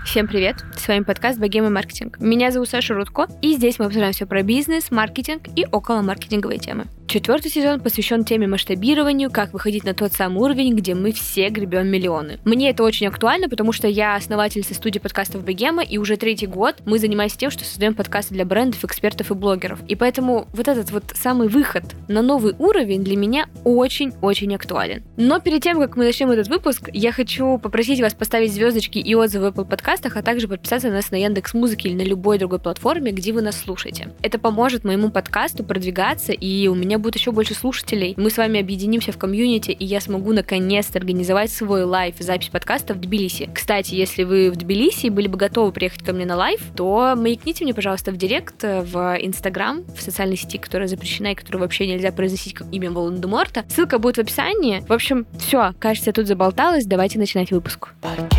Всем привет! С вами подкаст «Богема маркетинг». Меня зовут Саша Рудко, и здесь мы обсуждаем все про бизнес, маркетинг и околомаркетинговые темы. 4-й сезон посвящен теме масштабированию, как выходить на тот самый уровень, где мы все гребем миллионы. Мне это очень актуально, потому что я основательница студии подкастов «Богема», и уже 3-й год мы занимаемся тем, что создаем подкасты для брендов, экспертов и блогеров. И поэтому вот этот вот самый выход на новый уровень для меня очень-очень актуален. Но перед тем, как мы начнем этот выпуск, я хочу попросить вас поставить звездочки и отзывы в Apple подкастах, а также подписаться на нас на Яндекс.Музыке или на любой другой платформе, где вы нас слушаете. Это поможет моему подкасту продвигаться, и у меня будет еще больше слушателей. Мы с вами объединимся в комьюнити, и я смогу наконец-то организовать свой лайв, запись подкаста в Тбилиси. Кстати, если вы в Тбилиси и были бы готовы приехать ко мне на лайв, то маякните мне, пожалуйста, в директ, в Инстаграм, в социальной сети, которая запрещена и которую вообще нельзя произносить как имя Волан-де-Морта. Ссылка будет в описании. В общем, все, кажется, я тут заболталась. Давайте начинать выпуск.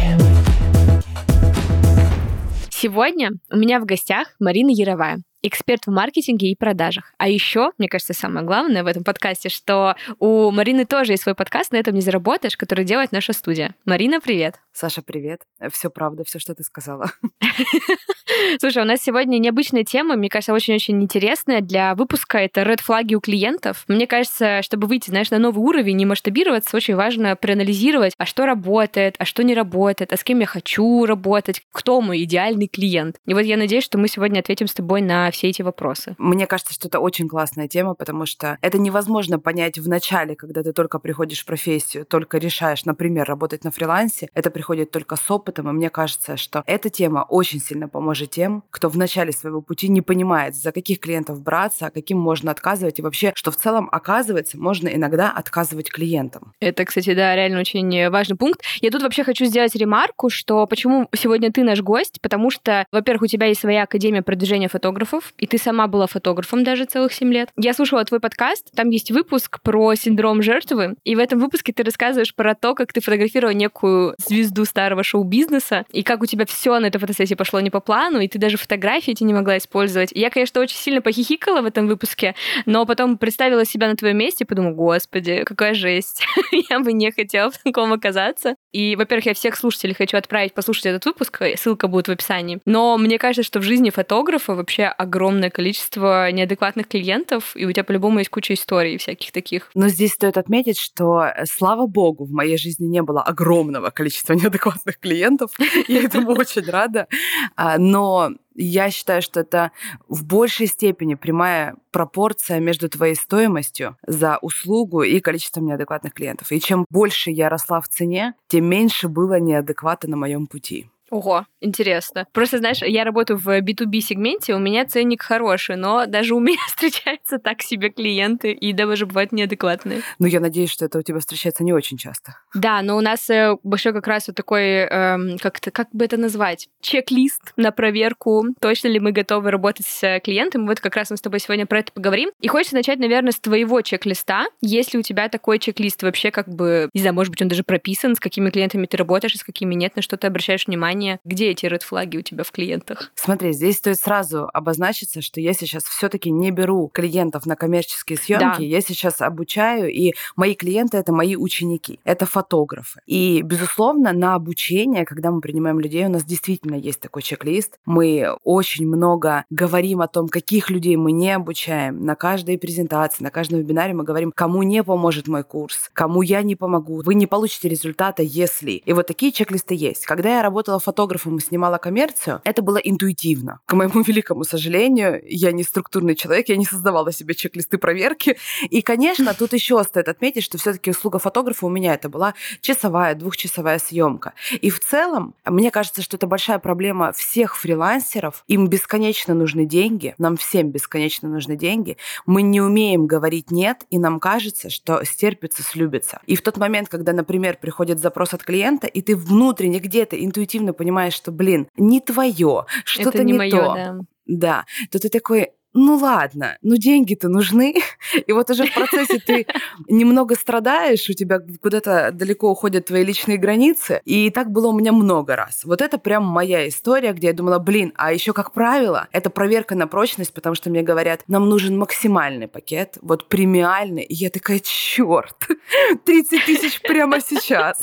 Сегодня у меня в гостях Марина Яровая, эксперт в маркетинге и продажах. А еще, мне кажется, самое главное в этом подкасте, что у Марины тоже есть свой подкаст «На этом не заработаешь», который делает наша студия. Марина, привет! Саша, привет. Все правда, все, что ты сказала. Слушай, у нас сегодня необычная тема, мне кажется, очень-очень интересная для выпуска. Это ред-флаги у клиентов. Мне кажется, чтобы выйти, знаешь, на новый уровень и масштабироваться, очень важно проанализировать, а что работает, а что не работает, а с кем я хочу работать, кто мой идеальный клиент. И вот я надеюсь, что мы сегодня ответим с тобой на все эти вопросы. Мне кажется, что это очень классная тема, потому что это невозможно понять в начале, когда ты только приходишь в профессию, только решаешь, например, работать на фрилансе. Это приходит только с опытом, и мне кажется, что эта тема очень сильно поможет тем, кто в начале своего пути не понимает, за каких клиентов браться, а каким можно отказывать, и вообще, что в целом, оказывается, можно иногда отказывать клиентам. Это, кстати, да, реально очень важный пункт. Я тут вообще хочу сделать ремарку, что почему сегодня ты наш гость, потому что, во-первых, у тебя есть своя академия продвижения фотографов, и ты сама была фотографом даже целых 7 лет. Я слушала твой подкаст, там есть выпуск про синдром жертвы, и в этом выпуске ты рассказываешь про то, как ты фотографировала некую звезду старого шоу-бизнеса, и как у тебя все на этой фотосессии пошло не по плану, и ты даже фотографии эти не могла использовать. Я, конечно, очень сильно похихикала в этом выпуске, но потом представила себя на твоем месте и подумала, господи, какая жесть. Я бы не хотела в таком оказаться. И, во-первых, я всех слушателей хочу отправить послушать этот выпуск, ссылка будет в описании. Но мне кажется, что в жизни фотографа вообще огромное количество неадекватных клиентов, и у тебя по-любому есть куча историй всяких таких. Но здесь стоит отметить, что, слава богу, в моей жизни не было огромного количества неадекватных клиентов. Я этому очень рада. Но я считаю, что это в большей степени прямая пропорция между твоей стоимостью за услугу и количеством неадекватных клиентов. И чем больше я росла в цене, тем меньше было неадеквата на моем пути. Ого, интересно. Просто, знаешь, я работаю в B2B-сегменте, у меня ценник хороший, но даже у меня встречаются так себе клиенты, и даже бывают неадекватные. Ну, я надеюсь, что это у тебя встречается не очень часто. Да, но у нас большой как раз вот такой, как бы это назвать, чек-лист на проверку, точно ли мы готовы работать с клиентом. Вот как раз мы с тобой сегодня про это поговорим. И хочется начать, наверное, с твоего чек-листа. Есть ли у тебя такой чек-лист вообще, как бы, не знаю, может быть, он даже прописан, с какими клиентами ты работаешь, с какими нет, на что ты обращаешь внимание? Где эти ред-флаги у тебя в клиентах? Смотри, здесь стоит сразу обозначиться, что я сейчас все-таки не беру клиентов на коммерческие съемки, да. Я сейчас обучаю, и мои клиенты — это мои ученики, это фотографы. И, безусловно, на обучение, когда мы принимаем людей, у нас действительно есть такой чек-лист. Мы очень много говорим о том, каких людей мы не обучаем. На каждой презентации, на каждом вебинаре мы говорим, кому не поможет мой курс, кому я не помогу. Вы не получите результата, если... И вот такие чек-листы есть. Когда я работала фотографом и снимала коммерцию, это было интуитивно. К моему великому сожалению, я не структурный человек, я не создавала себе чек-листы проверки. И, конечно, тут еще стоит отметить, что все-таки услуга фотографа у меня это была часовая, 2-часовая съемка. И в целом, мне кажется, что это большая проблема всех фрилансеров. Им бесконечно нужны деньги, нам всем бесконечно нужны деньги. Мы не умеем говорить «нет», и нам кажется, что стерпится, слюбится. И в тот момент, когда, например, приходит запрос от клиента, и ты внутренне где-то интуитивно понимаешь, что, не твое, что-то это не не моё, то. да. Да, то ты такой, ну ладно, ну деньги-то нужны. И вот уже в процессе ты немного страдаешь, у тебя куда-то далеко уходят твои личные границы. И так было у меня много раз. Вот это прям моя история, где я думала, а еще как правило, это проверка на прочность, потому что мне говорят, нам нужен максимальный пакет, вот премиальный. И я такая, черт, 30 тысяч прямо сейчас.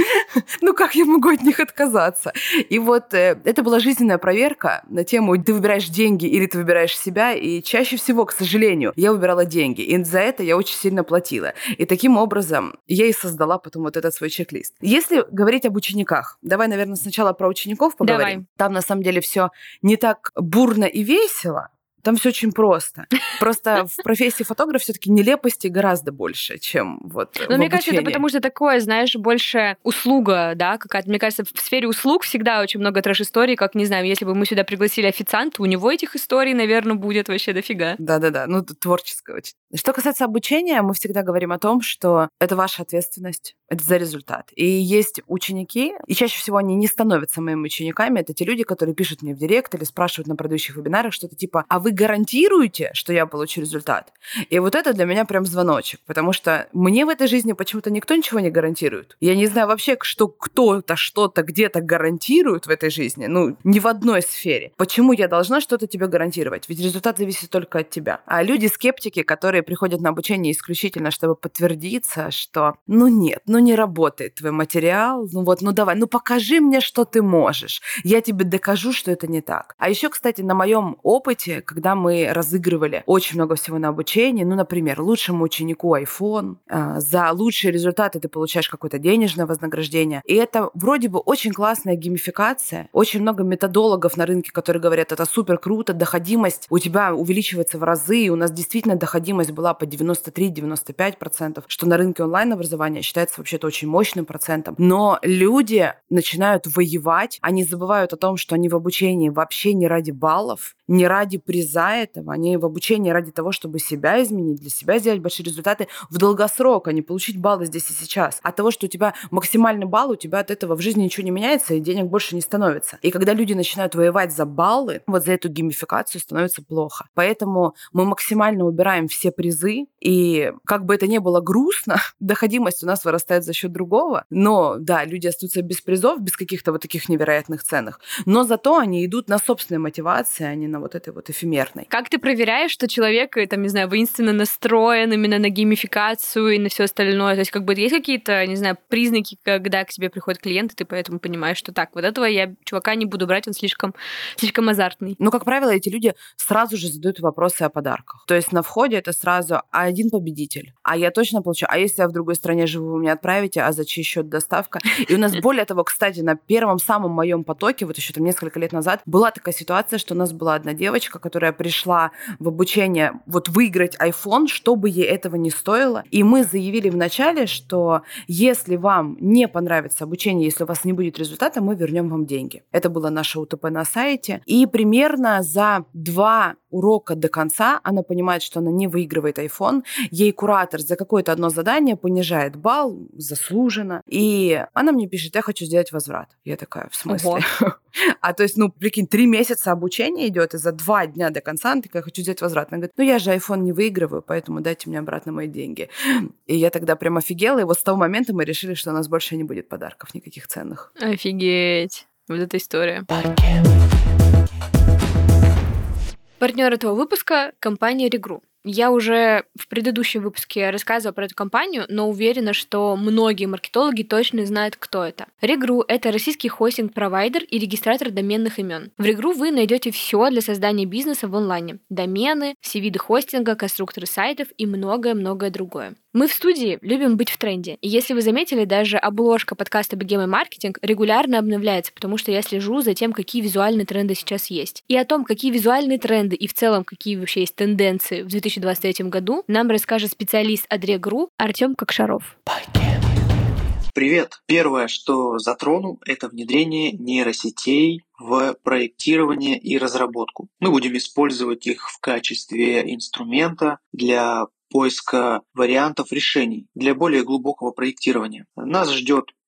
Ну как я могу от них отказаться? И вот это была жизненная проверка на тему, ты выбираешь деньги или ты выбираешь себя, и чаще всего, к сожалению, я выбирала деньги, и за это я очень сильно платила. И таким образом я и создала потом вот этот свой чек-лист. Если говорить об учениках, давай, наверное, сначала про учеников поговорим. Давай. Там на самом деле все не так бурно и весело, там все очень просто. Просто в профессии фотограф все-таки нелепости гораздо больше, чем вот в мне кажется, это обучении. потому что такое, знаешь, больше услуга, да, какая-то. Мне кажется, в сфере услуг всегда очень много трэш-историй, как, не знаю, если бы мы сюда пригласили официанта, у него этих историй, наверное, будет вообще дофига. Да-да-да, ну, творческое очень. Что касается обучения, мы всегда говорим о том, что это ваша ответственность, это за результат. И есть ученики, и чаще всего они не становятся моими учениками, это те люди, которые пишут мне в директ или спрашивают на продающих вебинарах что-то типа, а вы гарантируете, что я получу результат? И вот это для меня прям звоночек, потому что мне в этой жизни почему-то никто ничего не гарантирует. Я не знаю вообще, что кто-то что-то где-то гарантирует в этой жизни, ну, ни в одной сфере. Почему я должна что-то тебе гарантировать? Ведь результат зависит только от тебя. А люди-скептики, которые приходят на обучение исключительно, чтобы подтвердиться, что, ну нет, ну не работает твой материал, ну вот, ну давай, ну покажи мне, что ты можешь. Я тебе докажу, что это не так. А еще, кстати, на моем опыте, когда мы разыгрывали очень много всего на обучении, ну, например, лучшему ученику iPhone, за лучшие результаты ты получаешь какое-то денежное вознаграждение. И это вроде бы очень классная геймификация. Очень много методологов на рынке, которые говорят, это супер круто, доходимость у тебя увеличивается в разы, и у нас действительно доходимость была по 93-95%, что на рынке онлайн-образования считается вообще-то очень мощным процентом. Но люди начинают воевать, они забывают о том, что они в обучении вообще не ради баллов, не ради приза этого, они в обучении ради того, чтобы себя изменить, для себя сделать большие результаты в долгосрок, а не получить баллы здесь и сейчас. От того, что у тебя максимальный балл, у тебя от этого в жизни ничего не меняется, и денег больше не становится. И когда люди начинают воевать за баллы, вот за эту геймификацию становится плохо. Поэтому мы максимально убираем все призы, и как бы это ни было грустно, доходимость у нас вырастает за счет другого, но да, люди остаются без призов, без каких-то вот таких невероятных ценных, но зато они идут на собственной мотивации, а не на вот этой вот эфемерной. Как ты проверяешь, что человек, там, не знаю, воинственно настроен именно на геймификацию и на все остальное? То есть, как бы, есть какие-то, не знаю, признаки, когда к тебе приходит клиент, и ты поэтому понимаешь, что так, вот этого я чувака не буду брать, он слишком азартный. Ну, как правило, эти люди сразу же задают вопросы о подарках. То есть на входе это сразу один победитель, а я точно получу, а если я в другой стране живу, вы мне отправите, а за чей счет доставка? И у нас, более того, кстати, на первом самом моем потоке, вот еще там несколько лет назад, была такая ситуация, что у нас была одна девочка, которая пришла в обучение вот выиграть iPhone, что бы ей этого не стоило. И мы заявили вначале, что если вам не понравится обучение, если у вас не будет результата, мы вернем вам деньги. Это было наше УТП на сайте. И примерно за 2 урока до конца она понимает, что она не выигрывает iPhone. Ей куратор за какое-то одно задание понижает балл, заслуженно. И она мне пишет, я хочу сделать возврат. Я такая, в смысле? А то есть, ну, прикинь, 3 месяца обучения идет, и за 2 дня до конца она такая, хочу сделать возврат. Она говорит, ну, я же iPhone не выигрываю, поэтому дайте мне обратно мои деньги. И я тогда прям офигела, и вот с того момента мы решили, что у нас больше не будет подарков никаких ценных. Офигеть. Вот эта история. Партнер этого выпуска – компания Regroup. Я уже в предыдущем выпуске рассказывала про эту компанию, но уверена, что многие маркетологи точно знают, кто это. Regroup — это российский хостинг-провайдер и регистратор доменных имен. В Regroup вы найдете все для создания бизнеса в онлайне: домены, все виды хостинга, конструкторы сайтов и многое-многое другое. Мы в студии любим быть в тренде. И если вы заметили, даже обложка подкаста «Богемный маркетинг» регулярно обновляется, потому что я слежу за тем, какие визуальные тренды сейчас есть. И о том, какие визуальные тренды и в целом какие вообще есть тенденции в 2023 году, нам расскажет специалист от Regroup Артём Кокшаров. Привет! Первое, что затрону, это внедрение нейросетей в проектирование и разработку. Мы будем использовать их в качестве инструмента для поиска вариантов решений для более глубокого проектирования. Нас ждет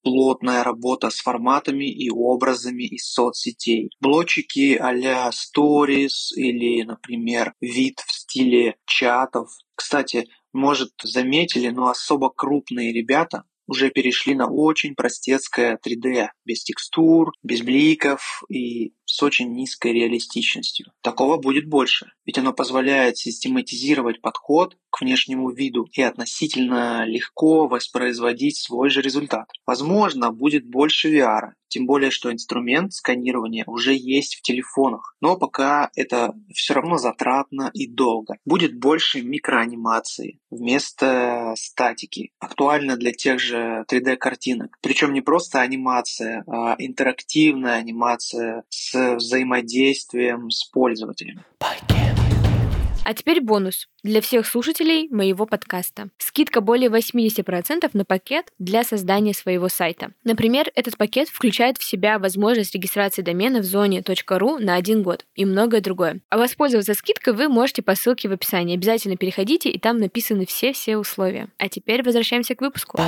плотная работа с форматами и образами из соцсетей. Блочики а-ля Stories или, например, вид в стиле чатов. Кстати, может, заметили, но особо крупные ребята уже перешли на очень простецкое 3D, без текстур, без бликов и с очень низкой реалистичностью. Такого будет больше, ведь оно позволяет систематизировать подход к внешнему виду и относительно легко воспроизводить свой же результат. Возможно, будет больше VR, тем более, что инструмент сканирования уже есть в телефонах, но пока это все равно затратно и долго. Будет больше микроанимации вместо статики, актуально для тех же 3D-картинок. Причем не просто анимация, а интерактивная анимация с взаимодействием с пользователем. А теперь бонус для всех слушателей моего подкаста. Скидка более 80% на пакет для создания своего сайта. Например, этот пакет включает в себя возможность регистрации домена в зоне .ru на 1 год и многое другое. А воспользоваться скидкой вы можете по ссылке в описании. Обязательно переходите, и там написаны все условия. А теперь возвращаемся к выпуску.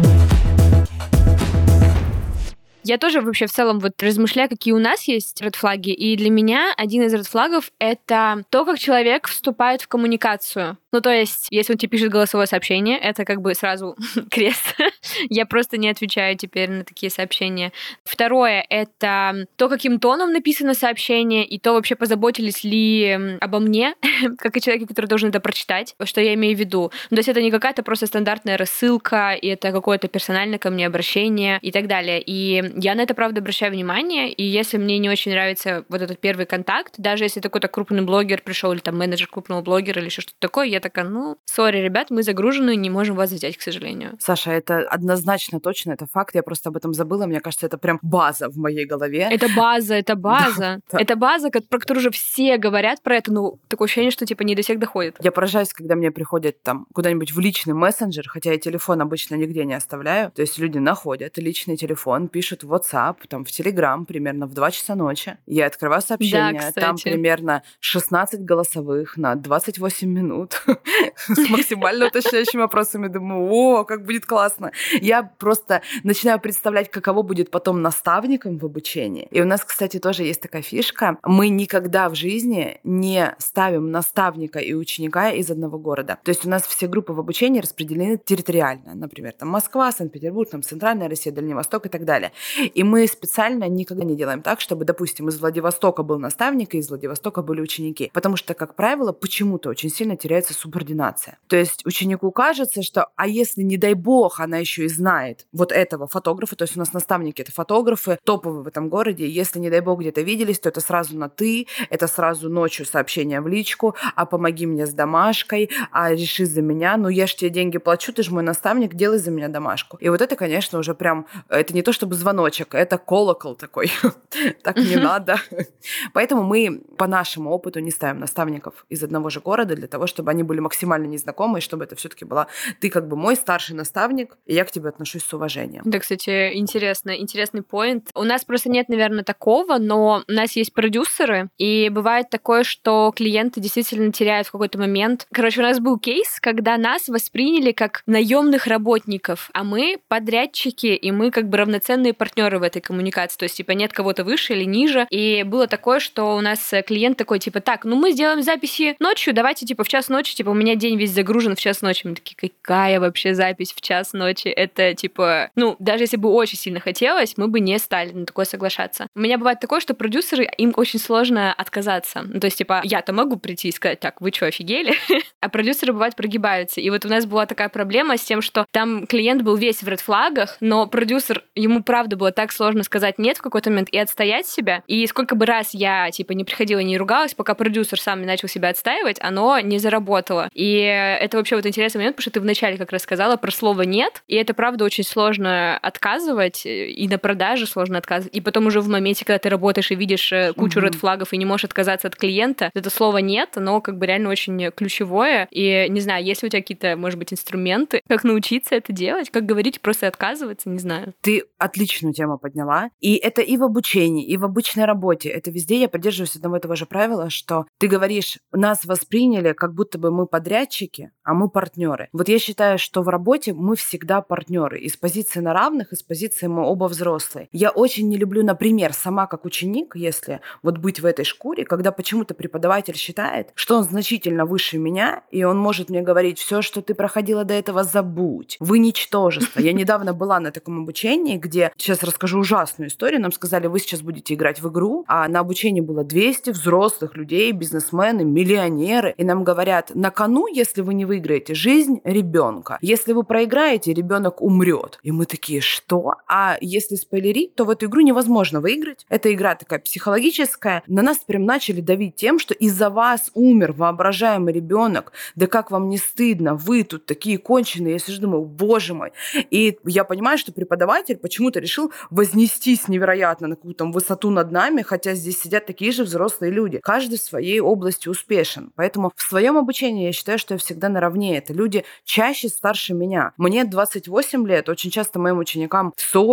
Я тоже вообще в целом вот размышляю, какие у нас есть редфлаги, и для меня один из редфлагов — это то, как человек вступает в коммуникацию. Ну, то есть, если он тебе пишет голосовое сообщение, это как бы сразу крест. Я просто не отвечаю теперь на такие сообщения. Второе — это то, каким тоном написано сообщение, и то, вообще позаботились ли обо мне, как о человеке, который должен это прочитать, что я имею в виду. Ну, то есть это не какая-то просто стандартная рассылка, и это какое-то персональное ко мне обращение и так далее. И я на это, правда, обращаю внимание, и если мне не очень нравится вот этот первый контакт, даже если какой-то крупный блогер пришел, или там менеджер крупного блогера, или еще что-то такое, я такая, сори, ребят, мы загружены, не можем вас взять, к сожалению. Саша, это однозначно точно, это факт, я просто об этом забыла, мне кажется, это прям база в моей голове. Это база. Да. Это база, про которую уже все говорят про это, такое ощущение, что типа не до всех доходит. Я поражаюсь, когда мне приходят там куда-нибудь в личный мессенджер, хотя я телефон обычно нигде не оставляю, то есть люди находят личный телефон, пишут в WhatsApp, там в Telegram примерно в 2 часа ночи. Я открываю сообщение, да, там примерно 16 голосовых на 28 минут с максимально уточняющими вопросами. Думаю, как будет классно. Я просто начинаю представлять, каково будет потом наставником в обучении. И у нас, кстати, тоже есть такая фишка. Мы никогда в жизни не ставим наставника и ученика из одного города. То есть у нас все группы в обучении распределены территориально. Например, там Москва, Санкт-Петербург, там Центральная Россия, Дальний Восток и так далее. И мы специально никогда не делаем так, чтобы, допустим, из Владивостока был наставник, и из Владивостока были ученики. Потому что, как правило, почему-то очень сильно теряется субординация. То есть ученику кажется, что, а если, не дай бог, она еще и знает вот этого фотографа, то есть у нас наставники — это фотографы, топовые в этом городе, если, не дай бог, где-то виделись, то это сразу на «ты», это сразу ночью сообщение в личку, а помоги мне с домашкой, а реши за меня, я ж тебе деньги плачу, ты же мой наставник, делай за меня домашку. И вот это, конечно, уже прям, это не то чтобы звоночек, это колокол такой. Так не надо. Поэтому мы по нашему опыту не ставим наставников из одного же города для того, чтобы они были максимально незнакомы, и чтобы это все-таки была ты как бы мой старший наставник, и я к тебе отношусь с уважением. Да, кстати, интересный поинт. У нас просто нет, наверное, такого, но у нас есть продюсеры, и бывает такое, что клиенты действительно теряют в какой-то момент. Короче, у нас был кейс, когда нас восприняли как наемных работников, а мы подрядчики, и мы как бы равноценные партнеры в этой коммуникации. То есть, типа, нет кого-то выше или ниже. И было такое, что у нас клиент такой, типа, так, мы сделаем записи ночью, давайте, типа, в час ночи, типа, у меня день весь загружен в час ночи. Мы такие, какая вообще запись в час ночи? Это, типа, даже если бы очень сильно хотелось, мы бы не стали на такое соглашаться. У меня бывает такое, что продюсеры, им очень сложно отказаться. То есть, типа, я-то могу прийти и сказать, так, вы что, офигели? А продюсеры, бывает, прогибаются. И вот у нас была такая проблема с тем, что там клиент был весь в редфлагах, но продюсер, ему правда было так сложно сказать нет в какой-то момент и отстоять себя. И сколько бы раз я, типа, не приходила и не ругалась, пока продюсер сам не начал себя отстаивать, оно не заработало. И это вообще вот интересный момент, потому что ты вначале как раз сказала про слово «нет», и это, правда, очень сложно отказывать, и на продаже сложно отказывать. И потом уже в моменте, когда ты работаешь и видишь кучу редфлагов и не можешь отказаться от клиента, это слово «нет», оно как бы реально очень ключевое. И, не знаю, есть ли у тебя какие-то, может быть, инструменты, как научиться это делать, как говорить, просто отказываться, не знаю. Ты отличную тему подняла. И это и в обучении, и в обычной работе. Это везде я придерживаюсь одного и того же правила, что ты говоришь, нас восприняли, как будто бы мы подрядчики, а мы партнеры. Вот я считаю, что в работе мы всегда партнеры. Из позиции на равных, из позиции мы оба взрослые. Я очень не люблю, например, сама как ученик, если вот быть в этой шкуре, когда почему-то преподаватель считает, что он значительно выше меня, и он может мне говорить: все, что ты проходила до этого, забудь. Вы ничтожество. Я недавно была на таком обучении, где, сейчас расскажу ужасную историю, нам сказали: вы сейчас будете играть в игру, а на обучении было 200 взрослых людей, бизнесмены, миллионеры, и нам говорят: на кону, если вы не выиграете, жизнь ребенка. Если вы проиграете, ребенок умрет. И мы такие: что? А если спойлерить, то в эту игру невозможно выиграть. Эта игра такая психологическая. На нас прям начали давить тем, что из-за вас умер воображаемый ребенок. Да как вам не стыдно? Вы тут такие конченые. Я сижу, думаю: боже мой. И я понимаю, что преподаватель почему-то решил вознестись невероятно на какую-то высоту над нами, хотя здесь сидят такие же взрослые люди. Каждый в своей области успешен. Поэтому в своем обучении я считаю, что я всегда наравне. Это люди чаще старше меня. Мне 28 лет, очень часто моим ученикам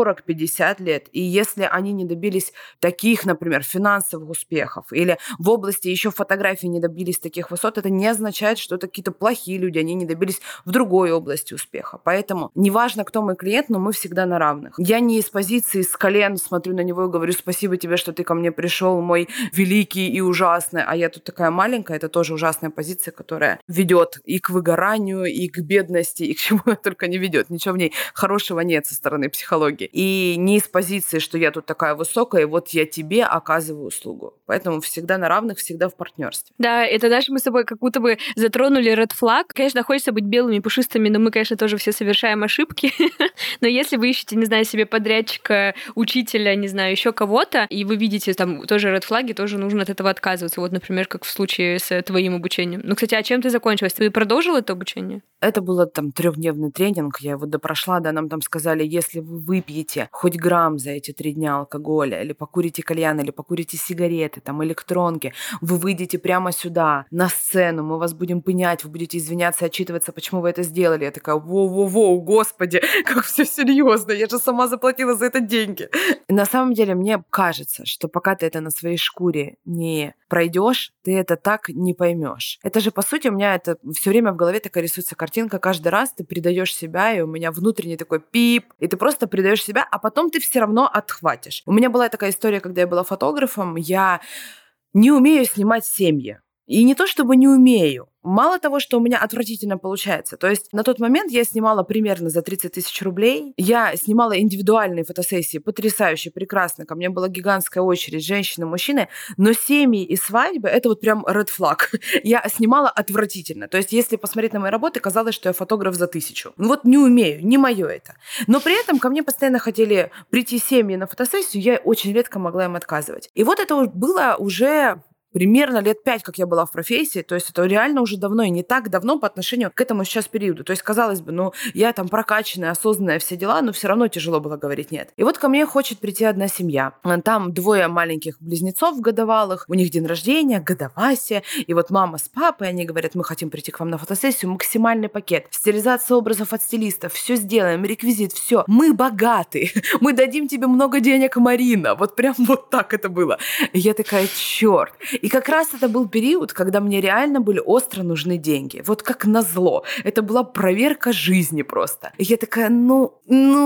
40-50 лет. И если они не добились таких, например, финансовых успехов или в области еще фотографии не добились таких высот, это не означает, что это какие-то плохие люди, они не добились в другой области успеха. Поэтому неважно, кто мой клиент, но мы всегда на равных. Я не из позиции с колен смотрю на него и говорю: спасибо тебе, что ты ко мне пришел, мой великий и ужасный, а я тут такая маленькая. Это тоже ужасная позиция, которая ведет и к выгоранию, и к бедности, и к чему только не ведет. Ничего в ней хорошего нет со стороны психологии. И не из позиции, что я тут такая высокая, и вот я тебе оказываю услугу. Поэтому всегда на равных, всегда в партнерстве. Да, это даже мы с тобой как будто бы затронули red flag. Конечно, хочется быть белыми, пушистыми, но мы, конечно, тоже все совершаем ошибки. Но если вы ищете, не знаю, себе подрядчика, учителя, не знаю, еще кого-то, и вы видите там тоже red flag, тоже нужно от этого отказываться. Вот, например, как в случае с твоим обучением. Ну, кстати, а чем ты закончилась? Ты продолжила это обучение? Это было там 3-дневный тренинг, я его допрошла, да, нам там сказали: если вы выпьете хоть грамм за эти 3 дня алкоголя, или покурите кальян, или покурите сигареты, там, электронки, вы выйдете прямо сюда, на сцену, мы вас будем пынять, вы будете извиняться, отчитываться, почему вы это сделали. Я такая: воу-воу-воу, господи, как все серьезно, я же сама заплатила за это деньги. И на самом деле мне кажется, что пока ты это на своей шкуре не пройдешь, ты это так не поймешь. Это же, по сути, у меня это все время в голове такая рисуется картинка. Каждый раз ты предаешь себя, и у меня внутренний такой пип, и ты просто предаешь себя, а потом ты все равно отхватишь. У меня была такая история, когда я была фотографом, я не умею снимать семьи. И не то чтобы не умею. Мало того, что у меня отвратительно получается. То есть на тот момент я снимала примерно за 30 тысяч рублей. Я снимала индивидуальные фотосессии, потрясающе, прекрасно. Ко мне была гигантская очередь, женщины, мужчины. Но семьи и свадьбы — это вот прям red flag. Я снимала отвратительно. То есть если посмотреть на мои работы, казалось, что я фотограф за 1000. Ну вот не умею, не мое это. Но при этом ко мне постоянно хотели прийти семьи на фотосессию, я очень редко могла им отказывать. И вот это было уже примерно лет 5, как я была в профессии, то есть это реально уже давно, и не так давно по отношению к этому сейчас периоду. То есть, казалось бы, ну, я там прокачанная, осознанная, все дела, но все равно тяжело было говорить нет. И вот ко мне хочет прийти одна семья. Там 2 маленьких близнецов годовалых, у них день рождения, годовасия, и вот мама с папой, они говорят: мы хотим прийти к вам на фотосессию, максимальный пакет, стилизация образов от стилистов, все сделаем, реквизит, все. Мы богаты, мы дадим тебе много денег, Марина. Вот прям вот так это было. И я такая: черт. И как раз это был период, когда мне реально были остро нужны деньги. Вот как назло. Это была проверка жизни просто. И я такая: ну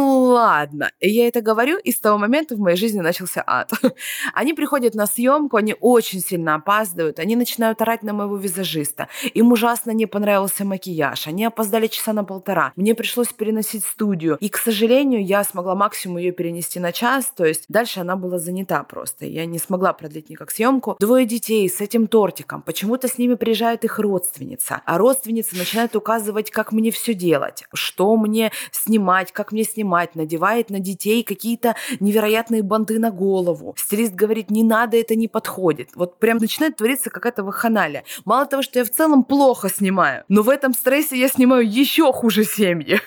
ладно. И я это говорю, и с того момента в моей жизни начался ад. Они приходят на съемку, они очень сильно опаздывают, они начинают орать на моего визажиста. Им ужасно не понравился макияж, они опоздали часа на 1,5. Мне пришлось переносить студию. И, к сожалению, я смогла максимум ее перенести на час, то есть дальше она была занята просто. Я не смогла продлить никак съемку. 2 детей с этим тортиком. Почему-то с ними приезжает их родственница. А родственница начинает указывать, как мне все делать, что мне снимать, как мне снимать, надевает на детей какие-то невероятные банты на голову. Стилист говорит: не надо, это не подходит. Вот прям начинает твориться какая-то вакханалия. Мало того, что я в целом плохо снимаю, но в этом стрессе я снимаю еще хуже семьи.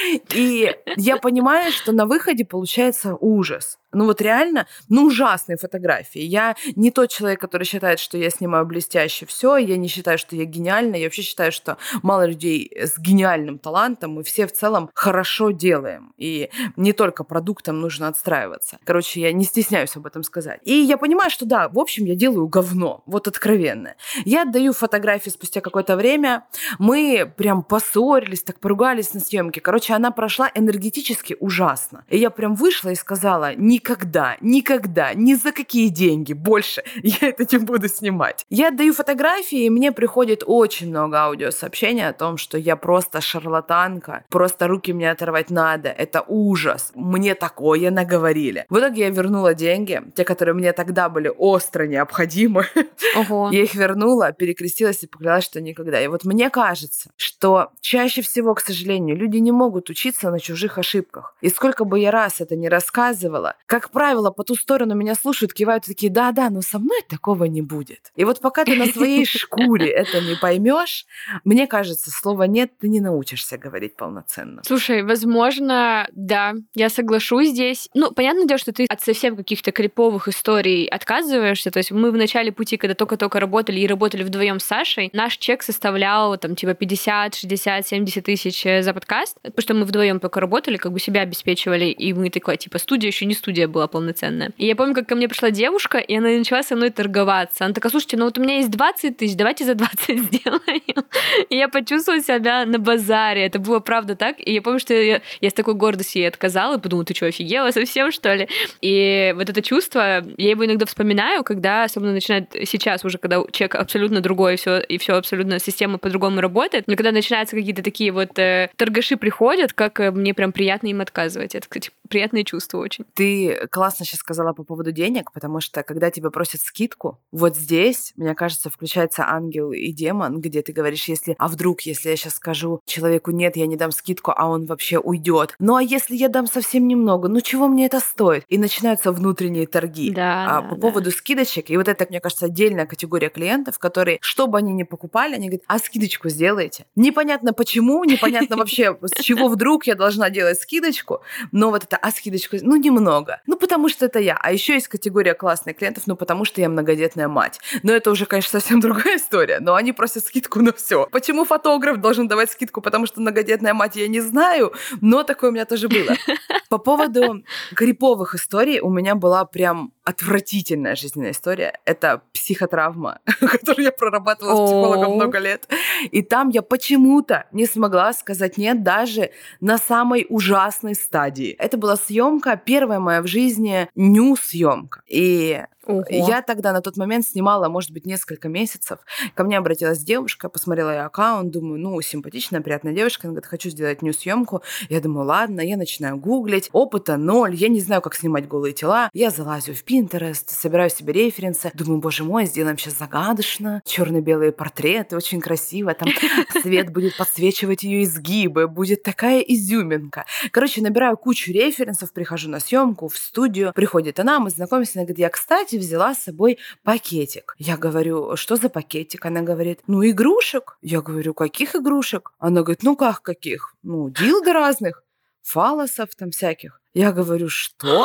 И я понимаю, что на выходе получается ужас. Ну вот реально, ужасные фотографии. Я не тот человек, который считает, считает, что я снимаю блестяще все, я не считаю, что я гениальна, я вообще считаю, что мало людей с гениальным талантом, мы все в целом хорошо делаем, и не только продуктом нужно отстраиваться. Короче, я не стесняюсь об этом сказать. И я понимаю, что да, в общем, я делаю говно, вот откровенно. Я отдаю фотографии спустя какое-то время, мы прям поссорились, так поругались на съемке. Короче, она прошла энергетически ужасно. И я прям вышла и сказала: никогда, ни за какие деньги больше я это не буду снимать. Я отдаю фотографии, и мне приходит очень много аудиосообщений о том, что я просто шарлатанка, просто руки мне оторвать надо, это ужас, мне такое наговорили. В итоге я вернула деньги, те, которые мне тогда были остро необходимы. Ого. Я их вернула, перекрестилась и поклялась, что никогда. И вот мне кажется, что чаще всего, к сожалению, люди не могут учиться на чужих ошибках. И сколько бы я раз это не рассказывала, как правило, по ту сторону меня слушают, кивают такие: да-да, но со мной такого не будет. И вот пока ты на своей шкуре это не поймешь, мне кажется, слова «нет» ты не научишься говорить полноценно. Слушай, возможно, да, я соглашусь здесь. Ну, понятное дело, что ты от совсем каких-то криповых историй отказываешься. То есть мы в начале пути, когда только-только работали и работали вдвоем с Сашей, наш чек составлял там типа 50, 60, 70 тысяч за подкаст, потому что мы вдвоем только работали, как бы себя обеспечивали, и мы такая, типа, студия еще не студия была полноценная. И я помню, как ко мне пришла девушка, и она начала со мной торговаться. Она такая: слушайте, ну вот у меня есть 20 тысяч, давайте за 20 сделаем. И я почувствовала себя на базаре. Это было правда так. И я помню, что я с такой гордостью ей отказала, подумала: ты что, офигела совсем, что ли? И вот это чувство, я его иногда вспоминаю, когда особенно начинает сейчас уже, когда человек абсолютно другой, и все абсолютно система по-другому работает. Но когда начинаются какие-то такие вот торгаши приходят, как мне прям приятно им отказывать. Это, кстати, приятное чувство очень. Ты классно сейчас сказала по поводу денег, потому что когда тебя просят скидку, вот здесь, мне кажется, включается ангел и демон, где ты говоришь: вдруг, если я сейчас скажу человеку «нет, я не дам скидку», а он вообще уйдет. Ну а если я дам совсем немного, ну чего мне это стоит? И начинаются внутренние торги. По поводу скидочек, и вот это, мне кажется, отдельная категория клиентов, которые, что бы они ни покупали, они говорят: а скидочку сделайте. Непонятно почему, непонятно вообще, с чего вдруг я должна делать скидочку, но вот это: а скидочку, ну немного. Ну потому что это я. А еще есть категория классных клиентов, ну потому что я многодетная мать. Но это уже, конечно, совсем другая история, но они просят скидку на все. Почему фотограф должен давать скидку, потому что многодетная мать, я не знаю, но такое у меня тоже было. По поводу криповых историй у меня была прям отвратительная жизненная история. Это психотравма, которую я прорабатывала с психологом много лет. И там я почему-то не смогла сказать «нет» даже на самой ужасной стадии. Это была съемка, первая моя в жизни ню-съемка. И я тогда на тот момент снимала, может быть, несколько месяцев. Ко мне обратилась девушка, посмотрела я аккаунт, думаю, симпатичная, приятная девушка. Она говорит: хочу сделать нью-съемку. Я думаю, ладно, я начинаю гуглить. Опыта 0, я не знаю, как снимать голые тела. Я залазю в Pinterest, собираю себе референсы. Думаю, боже мой, сделаем сейчас загадочно. Черно-белые портреты, очень красиво. Там свет будет подсвечивать ее изгибы. Будет такая изюминка. Короче, набираю кучу референсов, прихожу на съемку в студию. Приходит она, мы знакомимся. Она говорит: я, кстати, взяла с собой пакетик. Я говорю: что за пакетик? Она говорит: игрушек. Я говорю: каких игрушек? Она говорит: как каких? Дилдо разных, фалосов там всяких. Я говорю: что?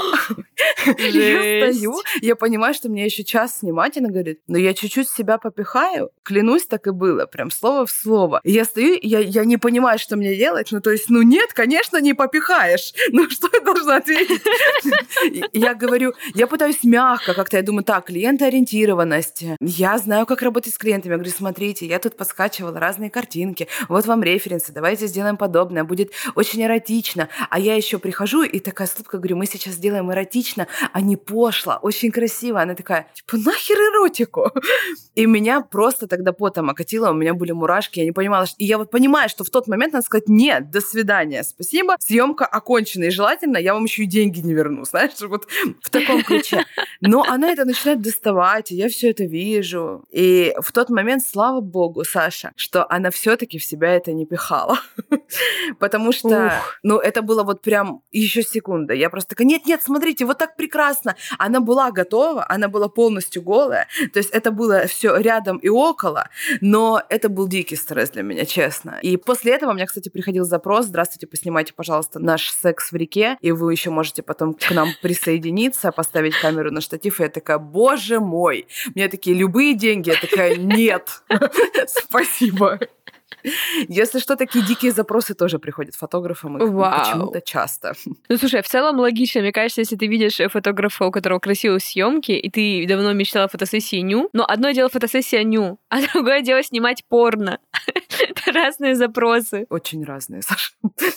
Я стою, я понимаю, что мне еще час снимать. Она говорит: я чуть-чуть себя попихаю. Клянусь, так и было, прям слово в слово. И я стою, я не понимаю, что мне делать. Нет, конечно, не попихаешь. Что я должна ответить? Я говорю, я пытаюсь мягко как-то, я думаю, так, клиентоориентированность. Я знаю, как работать с клиентами. Я говорю: смотрите, я тут подскачивала разные картинки. Вот вам референсы, давайте сделаем подобное. Будет очень эротично. А я еще прихожу и такая с улыбкой говорю: мы сейчас сделаем эротично, а не пошло, очень красиво. Она такая: нахер эротику? И меня просто тогда потом окатило, у меня были мурашки, я не понимала. И я вот понимаю, что в тот момент надо сказать: нет, до свидания, спасибо, съемка окончена, и желательно я вам еще и деньги не верну, знаешь, вот в таком ключе. Но она это начинает доставать, и я все это вижу. И в тот момент, слава богу, Саша, что она все-таки в себя это не пихала. Потому что, это было вот прям еще секунда. Я просто такая: нет, смотрите, так прекрасно. Она была готова, она была полностью голая, то есть это было все рядом и около, но это был дикий стресс для меня, честно. И после этого у меня, кстати, приходил запрос: здравствуйте, поснимайте, пожалуйста, наш секс в реке, и вы еще можете потом к нам присоединиться, поставить камеру на штатив. И я такая: боже мой, мне такие: любые деньги. Я такая: нет, спасибо. Если что, такие дикие запросы тоже приходят фотографам, их почему-то часто. Ну, слушай, в целом логично. Мне кажется, если ты видишь фотографа, у которого красивые съемки, и ты давно мечтала о фотосессии ню, но одно дело фотосессия ню, а другое дело снимать порно. Это разные запросы. Очень разные, Саша.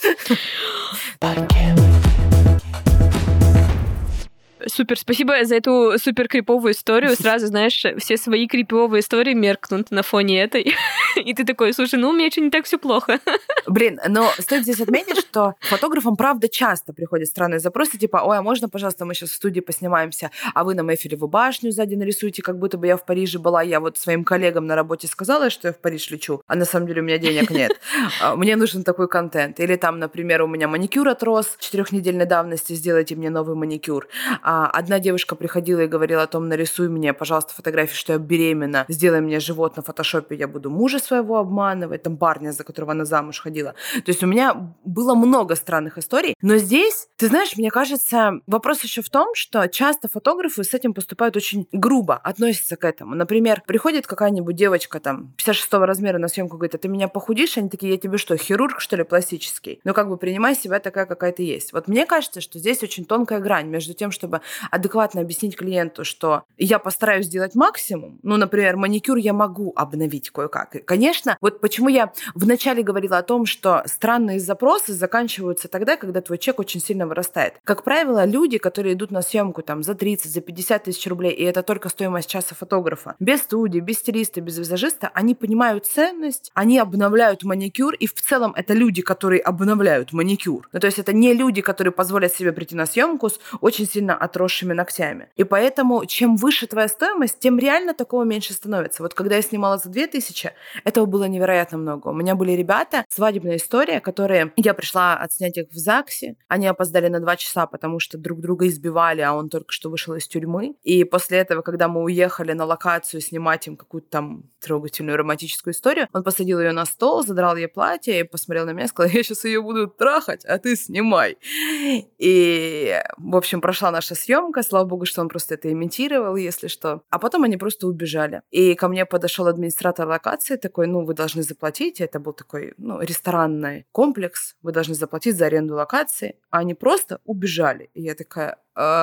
Супер, спасибо за эту супер криповую историю. Сразу, знаешь, все свои криповые истории меркнут на фоне этой. И ты такой: слушай, ну у меня что, не так все плохо. Блин, но стоит здесь отметить, что фотографам, правда, часто приходят странные запросы, типа: ой, а можно, пожалуйста, мы сейчас в студии поснимаемся, а вы нам Эйфелеву башню сзади нарисуете, как будто бы я в Париже была. Я вот своим коллегам на работе сказала, что я в Париж лечу, а на самом деле у меня денег нет. Мне нужен такой контент. Или там, например, у меня маникюр отрос 4-недельной давности, сделайте мне новый маникюр. Одна девушка приходила и говорила о том: нарисуй мне, пожалуйста, фотографии, что я беременна, сделай мне живот на фотошопе, я буду мужа своего обманывать, там парня, за которого она замуж ходила. То есть у меня было много странных историй, но здесь, ты знаешь, мне кажется, вопрос еще в том, что часто фотографы с этим поступают очень грубо, относятся к этому. Например, приходит какая-нибудь девочка там 56-го размера на съемку, говорит: а ты меня похудишь? Они такие: я тебе что, хирург, что ли, пластический? Ну, как бы принимай себя такая, какая ты есть. Вот мне кажется, что здесь очень тонкая грань между тем, чтобы адекватно объяснить клиенту, что я постараюсь сделать максимум. Ну, например, маникюр я могу обновить кое-как. И, конечно, вот почему я вначале говорила о том, что странные запросы заканчиваются тогда, когда твой чек очень сильно вырастает. Как правило, люди, которые идут на съемку там за 30, за 50 тысяч рублей, и это только стоимость часа фотографа, без студии, без стилиста, без визажиста, они понимают ценность, они обновляют маникюр, и в целом это люди, которые обновляют маникюр. Ну, то есть это не люди, которые позволят себе прийти на съемку с очень сильно отросшими ногтями. И поэтому, чем выше твоя стоимость, тем реально такого меньше становится. Вот когда я снимала за 2000, этого было невероятно много. У меня были ребята, свадебная история, которые... Я пришла отснять их в ЗАГСе. Они опоздали на 2 часа, потому что друг друга избивали, а он только что вышел из тюрьмы. И после этого, когда мы уехали на локацию снимать им какую-то там трогательную романтическую историю, он посадил ее на стол, задрал ей платье и посмотрел на меня и сказал: я сейчас ее буду трахать, а ты снимай. И, в общем, прошла наша съемка. Слава богу, что он просто это имитировал, если что. А потом они просто убежали. И ко мне подошел администратор локации такой: ну, вы должны заплатить. Это был такой, ресторанный комплекс. Вы должны заплатить за аренду локации. А они просто убежали. И я такая...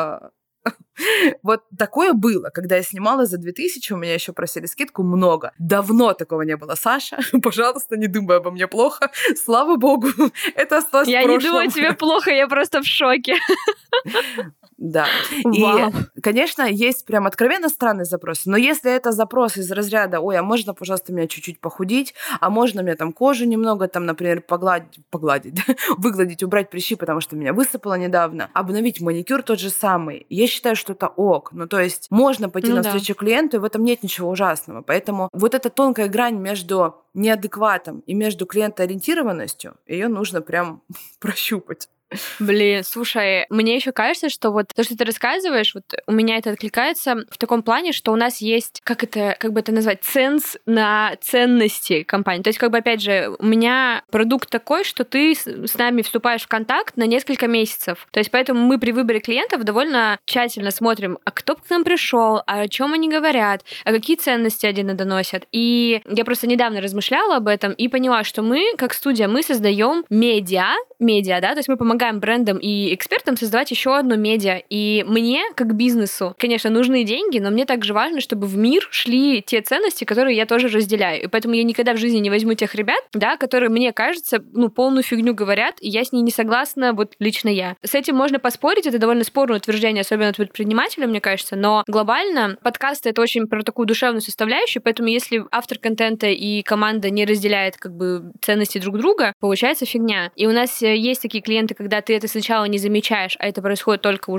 Вот такое было, когда я снимала за 2000, у меня еще просили скидку много. Давно такого не было. Саша, пожалуйста, не думай обо мне плохо. Слава богу, это осталось в прошлом. Я не думаю тебе плохо, я просто в шоке. Да. Вау. И, конечно, есть прям откровенно странный запрос. Но если это запрос из разряда: ой, а можно, пожалуйста, меня чуть-чуть похудить, а можно мне там кожу немного, там, например, погладить, выгладить, убрать прыщи, потому что меня высыпало недавно, обновить маникюр тот же самый, я считаю, что это ок. Ну, то есть можно пойти навстречу клиенту, и в этом нет ничего ужасного. Поэтому вот эта тонкая грань между неадекватом и между клиентоориентированностью, ее нужно прям прощупать. Блин, слушай, мне еще кажется, что вот то, что ты рассказываешь, вот у меня это откликается в таком плане, что у нас есть, как бы это назвать, ценз на ценности компании. То есть, как бы, опять же, у меня продукт такой, что ты с нами вступаешь в контакт на несколько месяцев. То есть, поэтому мы при выборе клиентов довольно тщательно смотрим, а кто к нам пришел, а о чем они говорят, а какие ценности они доносят. И я просто недавно размышляла об этом и поняла, что мы, как студия, мы создаем медиа, да, то есть мы помогаем брендам и экспертам создавать еще одно медиа. И мне, как бизнесу, конечно, нужны деньги, но мне также важно, чтобы в мир шли те ценности, которые я тоже разделяю. И поэтому я никогда в жизни не возьму тех ребят, да, которые, мне кажется, полную фигню говорят, и я с ней не согласна, вот лично я. С этим можно поспорить, это довольно спорное утверждение, особенно от предпринимателя, мне кажется, но глобально подкасты — это очень про такую душевную составляющую, поэтому если автор контента и команда не разделяет как бы ценности друг друга, получается фигня. И у нас есть такие клиенты, когда ты это сначала не замечаешь, а это происходит только уже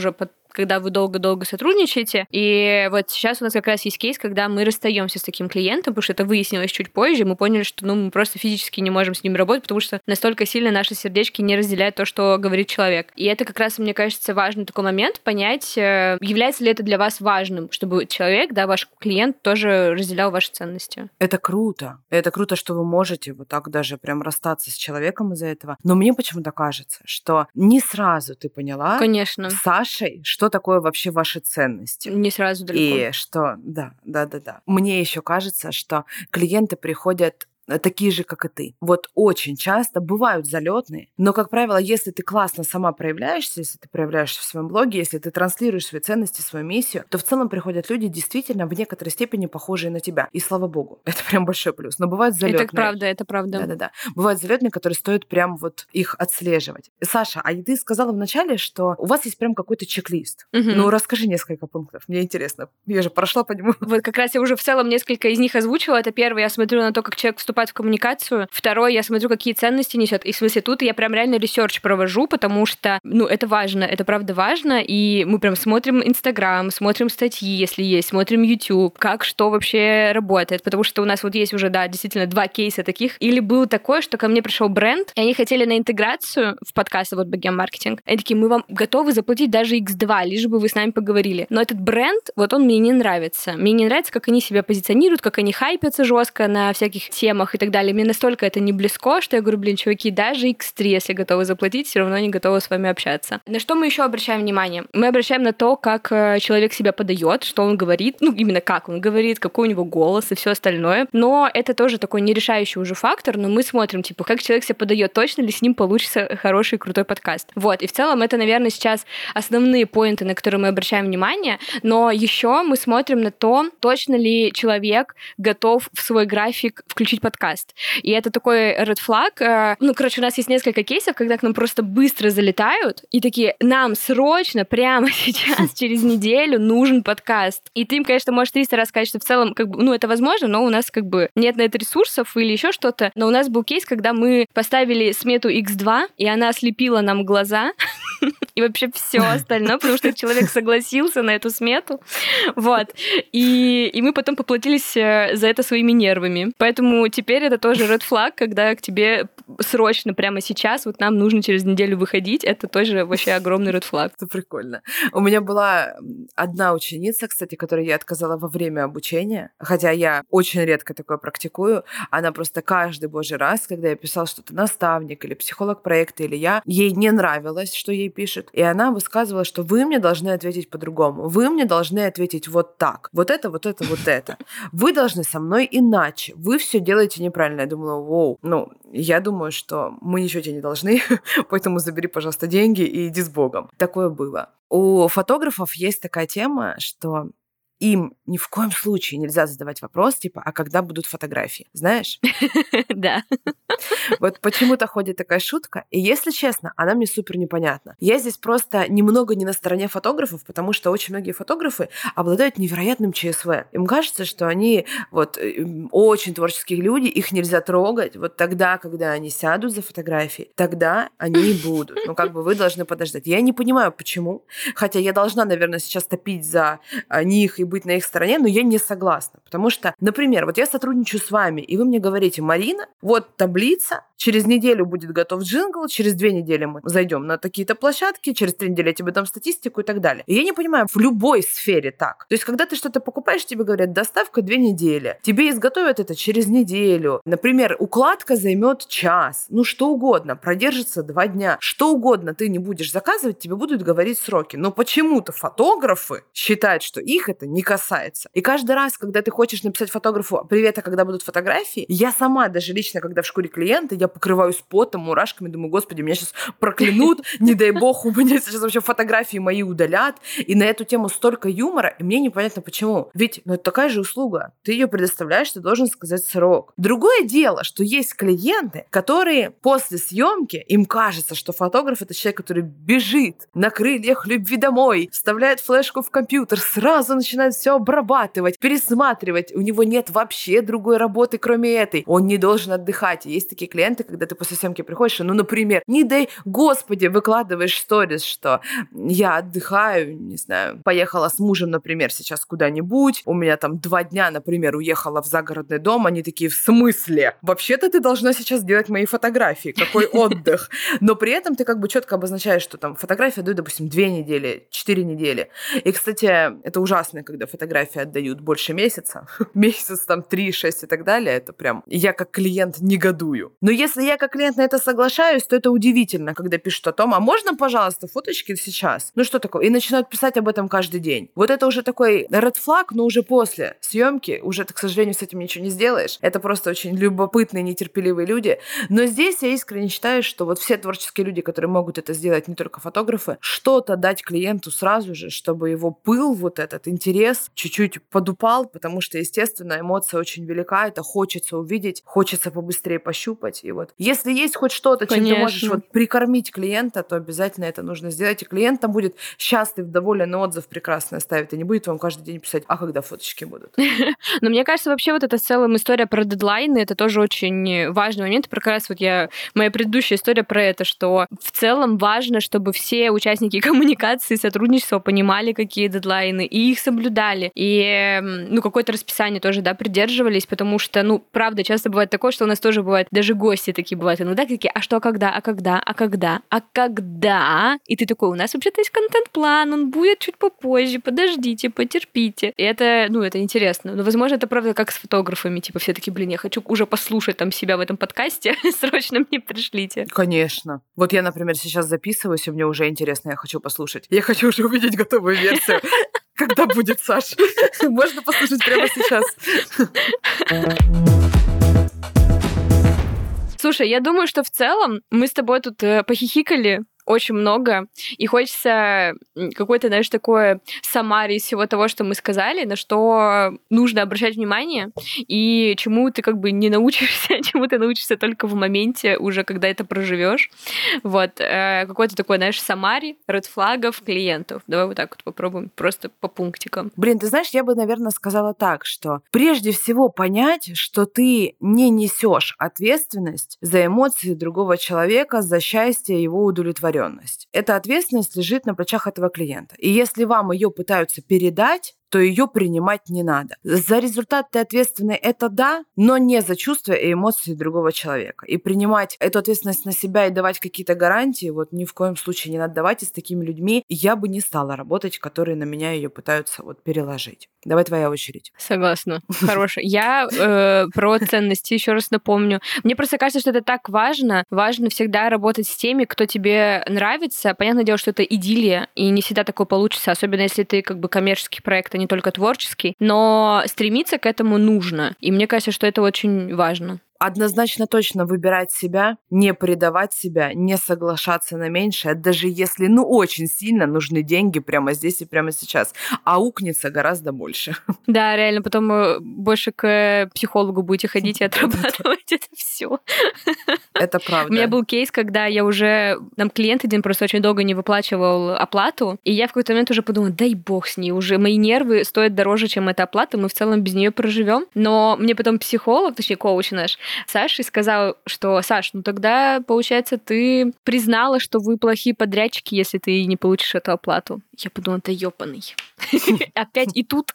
когда вы долго-долго сотрудничаете. И вот сейчас у нас как раз есть кейс, когда мы расстаемся с таким клиентом, потому что это выяснилось чуть позже. Мы поняли, что мы просто физически не можем с ним работать, потому что настолько сильно наши сердечки не разделяют то, что говорит человек. И это как раз, мне кажется, важный такой момент, понять, является ли это для вас важным, чтобы человек, ваш клиент тоже разделял ваши ценности. Это круто. Это круто, что вы можете вот так даже прям расстаться с человеком из-за этого. Но мне почему-то кажется, что не сразу ты поняла, конечно, с Сашей, что такое вообще ваши ценности. Не сразу далеко. И что, да. Мне еще кажется, что клиенты приходят такие же, как и ты. Вот очень часто бывают залетные, но, как правило, если ты классно сама проявляешься, если ты проявляешься в своем блоге, если ты транслируешь свои ценности, свою миссию, то в целом приходят люди действительно в некоторой степени похожие на тебя. И слава богу, это прям большой плюс. Но бывают залетные. Это правда. Да. Бывают залетные, которые стоит прям вот их отслеживать. Саша, а ты сказала вначале, что у вас есть прям какой-то чек-лист. Ну, расскажи несколько пунктов. Мне интересно. Я же прошла по нему. Вот как раз я уже в целом несколько из них озвучила. Это первый, я смотрю на то, как человек вступает в коммуникацию. Второй, я смотрю, какие ценности несет. И в смысле тут я прям реально ресерч провожу, потому что, это важно, это правда важно. И мы прям смотрим Инстаграм, смотрим статьи, если есть, смотрим YouTube, как что вообще работает. Потому что у нас вот есть уже, действительно 2 кейса таких. Или было такое, что ко мне пришел бренд, и они хотели на интеграцию в подкаст Богема Маркетинг. Они такие, мы вам готовы заплатить даже X2, лишь бы вы с нами поговорили. Но этот бренд, вот он мне не нравится. Мне не нравится, как они себя позиционируют, как они хайпятся жестко на всяких темах и так далее. Мне настолько это не близко, что я говорю, чуваки, даже X3, если готовы заплатить, все равно не готовы с вами общаться. На что мы еще обращаем внимание? Мы обращаем на то, как человек себя подает, что он говорит, именно как он говорит, какой у него голос и все остальное. Но это тоже такой нерешающий уже фактор, но мы смотрим, как человек себя подает, точно ли с ним получится хороший, крутой подкаст. Вот, и в целом это, наверное, сейчас основные поинты, на которые мы обращаем внимание, но еще мы смотрим на то, точно ли человек готов в свой график включить подкаст. И это такой red flag. У нас есть несколько кейсов, когда к нам просто быстро залетают и такие, нам срочно, прямо сейчас, через неделю нужен подкаст. И ты им, конечно, можешь 300 раз сказать, что в целом, это возможно, но у нас нет на это ресурсов или еще что-то. Но у нас был кейс, когда мы поставили смету X2, и она ослепила нам глаза, и вообще все остальное, потому что человек согласился на эту смету. Вот. И мы потом поплатились за это своими нервами. Поэтому теперь это тоже red flag, когда к тебе срочно, прямо сейчас, нам нужно через неделю выходить. Это тоже вообще огромный red flag. Это прикольно. У меня была одна ученица, кстати, которой я отказала во время обучения, хотя я очень редко такое практикую. Она просто каждый божий раз, когда я писала что-то наставник или психолог проекта, или я, ей не нравилось, что ей пишут. И она высказывала, что вы мне должны ответить по-другому. Вы мне должны ответить вот так. Вот это. Вы должны со мной иначе. Вы все делаете неправильно. Я думала, вау. Я думаю, что мы ничего тебе не должны, поэтому забери, пожалуйста, деньги и иди с Богом. Такое было. У фотографов есть такая тема, что им ни в коем случае нельзя задавать вопрос, а когда будут фотографии? Знаешь? Да. Вот почему-то ходит такая шутка, и, если честно, она мне супер непонятна. Я здесь просто немного не на стороне фотографов, потому что очень многие фотографы обладают невероятным ЧСВ. Им кажется, что они очень творческие люди, их нельзя трогать. Вот тогда, когда они сядут за фотографией, тогда они и будут. Вы должны подождать. Я не понимаю, почему. Хотя я должна, наверное, сейчас топить за них и быть на их стороне, но я не согласна. Потому что, например, я сотрудничаю с вами, и вы мне говорите, Марина, вот таблица, через неделю будет готов джингл, через 2 недели мы зайдем на такие-то площадки, через 3 недели я тебе дам статистику и так далее. И я не понимаю, в любой сфере так. То есть, когда ты что-то покупаешь, тебе говорят, доставка 2 недели. Тебе изготовят это через неделю. Например, укладка займет час. Что угодно. Продержится 2 дня. Что угодно ты не будешь заказывать, тебе будут говорить сроки. Но почему-то фотографы считают, что их это не касается. И каждый раз, когда ты хочешь написать фотографу «Привет, а когда будут фотографии?», я сама даже лично, когда в шкуре клиента, я покрываюсь потом, мурашками, думаю, господи, меня сейчас проклянут, не дай бог, у меня сейчас вообще фотографии мои удалят. И на эту тему столько юмора, и мне непонятно почему. Ведь, это такая же услуга. Ты ее предоставляешь, ты должен сказать срок. Другое дело, что есть клиенты, которые после съемки, им кажется, что фотограф — это человек, который бежит на крыльях любви домой, вставляет флешку в компьютер, сразу начинает начинают все обрабатывать, пересматривать. У него нет вообще другой работы, кроме этой. Он не должен отдыхать. И есть такие клиенты, когда ты после съемки приходишь, например, не дай Господи, выкладываешь сторис, что я отдыхаю, не знаю, поехала с мужем, например, сейчас куда-нибудь, у меня там 2 дня, например, уехала в загородный дом, они такие, в смысле? Вообще-то ты должна сейчас делать мои фотографии, какой отдых. Но при этом ты как бы четко обозначаешь, что там фотографии отдают, допустим, 2 недели, 4 недели. И, кстати, это ужасно, когда фотографии отдают больше месяца. Месяц там 3, 6 и так далее. Это прям я как клиент негодую. Но если я как клиент на это соглашаюсь, то это удивительно, когда пишут о том, а можно, пожалуйста, фоточки сейчас? Ну что такое? И начинают писать об этом каждый день. Вот это уже такой red flag, но уже после съемки. Уже ты, к сожалению, с этим ничего не сделаешь. Это просто очень любопытные, нетерпеливые люди. Но здесь я искренне считаю, что вот все творческие люди, которые могут это сделать, не только фотографы, что-то дать клиенту сразу же, чтобы его пыл, вот этот интерес чуть-чуть подупал, потому что, естественно, эмоция очень велика, это хочется увидеть, хочется побыстрее пощупать. И вот если есть хоть что-то, чем ты можешь вот прикормить клиента, то обязательно это нужно сделать. И клиент там будет счастлив, доволен, и отзыв прекрасно оставит, и не будет вам каждый день писать, а когда фоточки будут. Но мне кажется, вообще вот эта целая история про дедлайны, это тоже очень важный момент. Как раз вот моя предыдущая история про это, что в целом важно, чтобы все участники коммуникации, сотрудничества понимали, какие дедлайны, и их соблюдали. И, какое-то расписание тоже, придерживались, потому что, правда, часто бывает такое, что у нас тоже бывает, даже гости такие бывают иногда, такие, а что, а когда, а когда, а когда, а когда? И ты такой, у нас вообще-то есть контент-план, он будет чуть попозже, подождите, потерпите. И это, это интересно. Но, возможно, это правда как с фотографами, типа все такие, я хочу уже послушать там себя в этом подкасте, срочно мне пришлите. Конечно. Вот я, например, сейчас записываюсь, и мне уже интересно, я хочу послушать. Я хочу уже увидеть готовую версию. Когда будет, Саш? Можно послушать прямо сейчас. Слушай, я думаю, что в целом мы с тобой тут похихикали очень много, и хочется какой-то, знаешь, такое саммари из всего того, что мы сказали, на что нужно обращать внимание, и чему ты как бы не научишься, чему ты научишься только в моменте, уже когда это проживешь. Вот. Какой-то такой, знаешь, саммари, редфлагов клиентов. Давай вот так вот попробуем, просто по пунктикам. Ты знаешь, я бы, наверное, сказала так, что прежде всего понять, что ты не несешь ответственность за эмоции другого человека, за счастье его удовлетворенность. Эта ответственность лежит на плечах этого клиента. И если вам ее пытаются передать, то ее принимать не надо. За результат ты ответственный, это да, но не за чувства и эмоции другого человека. И принимать эту ответственность на себя и давать какие-то гарантии, вот ни в коем случае не надо давать. И с такими людьми я бы не стала работать, которые на меня ее пытаются переложить. Давай твоя очередь. Согласна. Хорошая. Я про ценности еще раз напомню. Мне просто кажется, что это так важно. Важно всегда работать с теми, кто тебе нравится. Понятное дело, что это идиллия, и не всегда такое получится, особенно если ты как бы коммерческий проект, а не только творческий. Но стремиться к этому нужно. И мне кажется, что это очень важно. Однозначно точно выбирать себя, не предавать себя, не соглашаться на меньшее, даже если, очень сильно нужны деньги прямо здесь и прямо сейчас. Аукнется гораздо больше. Да, реально, потом больше к психологу будете ходить и отрабатывать это все. Это правда. У меня был кейс, когда я уже, клиент один просто очень долго не выплачивал оплату, и я в какой-то момент уже подумала, дай бог с ней, уже мои нервы стоят дороже, чем эта оплата, мы в целом без нее проживем. Но мне потом психолог, точнее коуч наш, Саша, сказал, что, Саш, тогда, получается, ты признала, что вы плохие подрядчики, если ты не получишь эту оплату. Я подумала, да ёпаный. Опять и тут.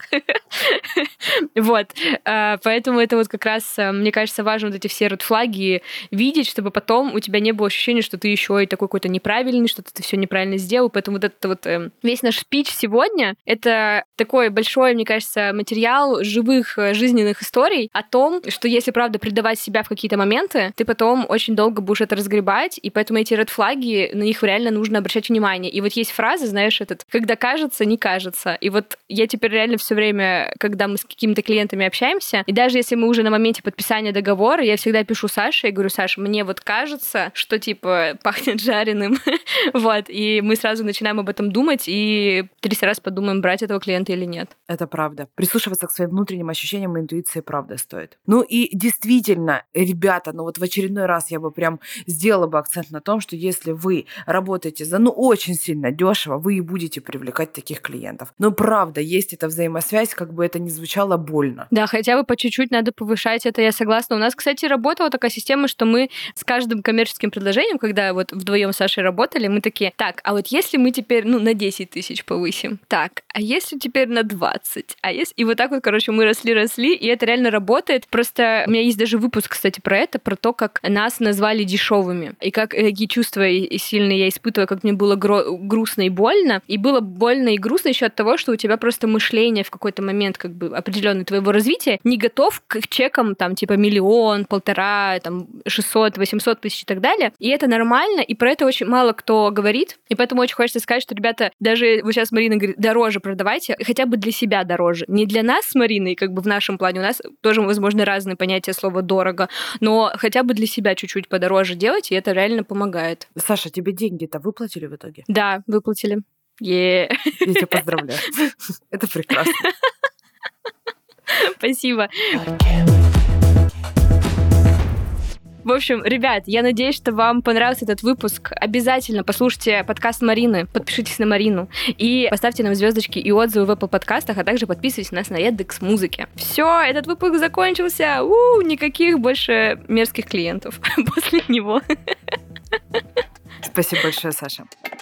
Вот. Поэтому это вот как раз, мне кажется, важно вот эти все редфлаги видеть, чтобы потом у тебя не было ощущения, что ты еще и такой какой-то неправильный, что ты все неправильно сделал. Поэтому вот это вот весь наш спич сегодня — это такой большой, мне кажется, материал живых жизненных историй о том, что если, правда, предавать себя в какие-то моменты, ты потом очень долго будешь это разгребать, и поэтому эти редфлаги, на них реально нужно обращать внимание. И вот есть фраза, знаешь, когда кажется, не кажется. И вот я теперь реально все время, когда мы с какими-то клиентами общаемся, и даже если мы уже на моменте подписания договора, я всегда пишу Саше и говорю, Саша, мне вот кажется, что типа пахнет жареным. Вот. И мы сразу начинаем об этом думать и 300 раз подумаем, брать этого клиента или нет. Это правда. Прислушиваться к своим внутренним ощущениям и интуиции правда стоит. И действительно, действительно, ребята, ну вот в очередной раз я бы прям сделала бы акцент на том, что если вы работаете за, очень сильно дешево, вы и будете привлекать таких клиентов. Но правда, есть эта взаимосвязь, как бы это ни звучало больно. Да, хотя бы по чуть-чуть надо повышать это, я согласна. У нас, кстати, работала такая система, что мы с каждым коммерческим предложением, когда вот вдвоем с Сашей работали, мы такие, так, а вот если мы теперь, на 10 тысяч повысим, так, а если теперь на 20, а если... И вот так вот, короче, мы росли, и это реально работает. Просто у меня есть даже выпуск, кстати, про то, как нас назвали дешевыми, и какие чувства сильные я испытываю, как мне было грустно и больно. И было больно и грустно еще от того, что у тебя просто мышление в какой-то момент как бы определенный твоего развития не готов к чекам там типа 1 миллион, 1,5, там 600, 800 тысяч и так далее. И это нормально, и про это очень мало кто говорит. И поэтому очень хочется сказать, что, ребята, даже вот сейчас Марина говорит, дороже продавайте, хотя бы для себя дороже. Не для нас с Мариной, как бы в нашем плане, у нас тоже, возможно, разные понятия слова «дорого», но хотя бы для себя чуть-чуть подороже делать, и это реально помогает. Саша, тебе деньги-то выплатили в итоге? Да, выплатили. Я тебя поздравляю. Это прекрасно. Спасибо. В общем, ребят, я надеюсь, что вам понравился этот выпуск. Обязательно послушайте подкаст Марины, подпишитесь на Марину и поставьте нам звездочки и отзывы в Apple подкастах, а также подписывайтесь на нас на Яндекс.Музыке. Все, этот выпуск закончился. Никаких больше мерзких клиентов после него. Спасибо большое, Саша.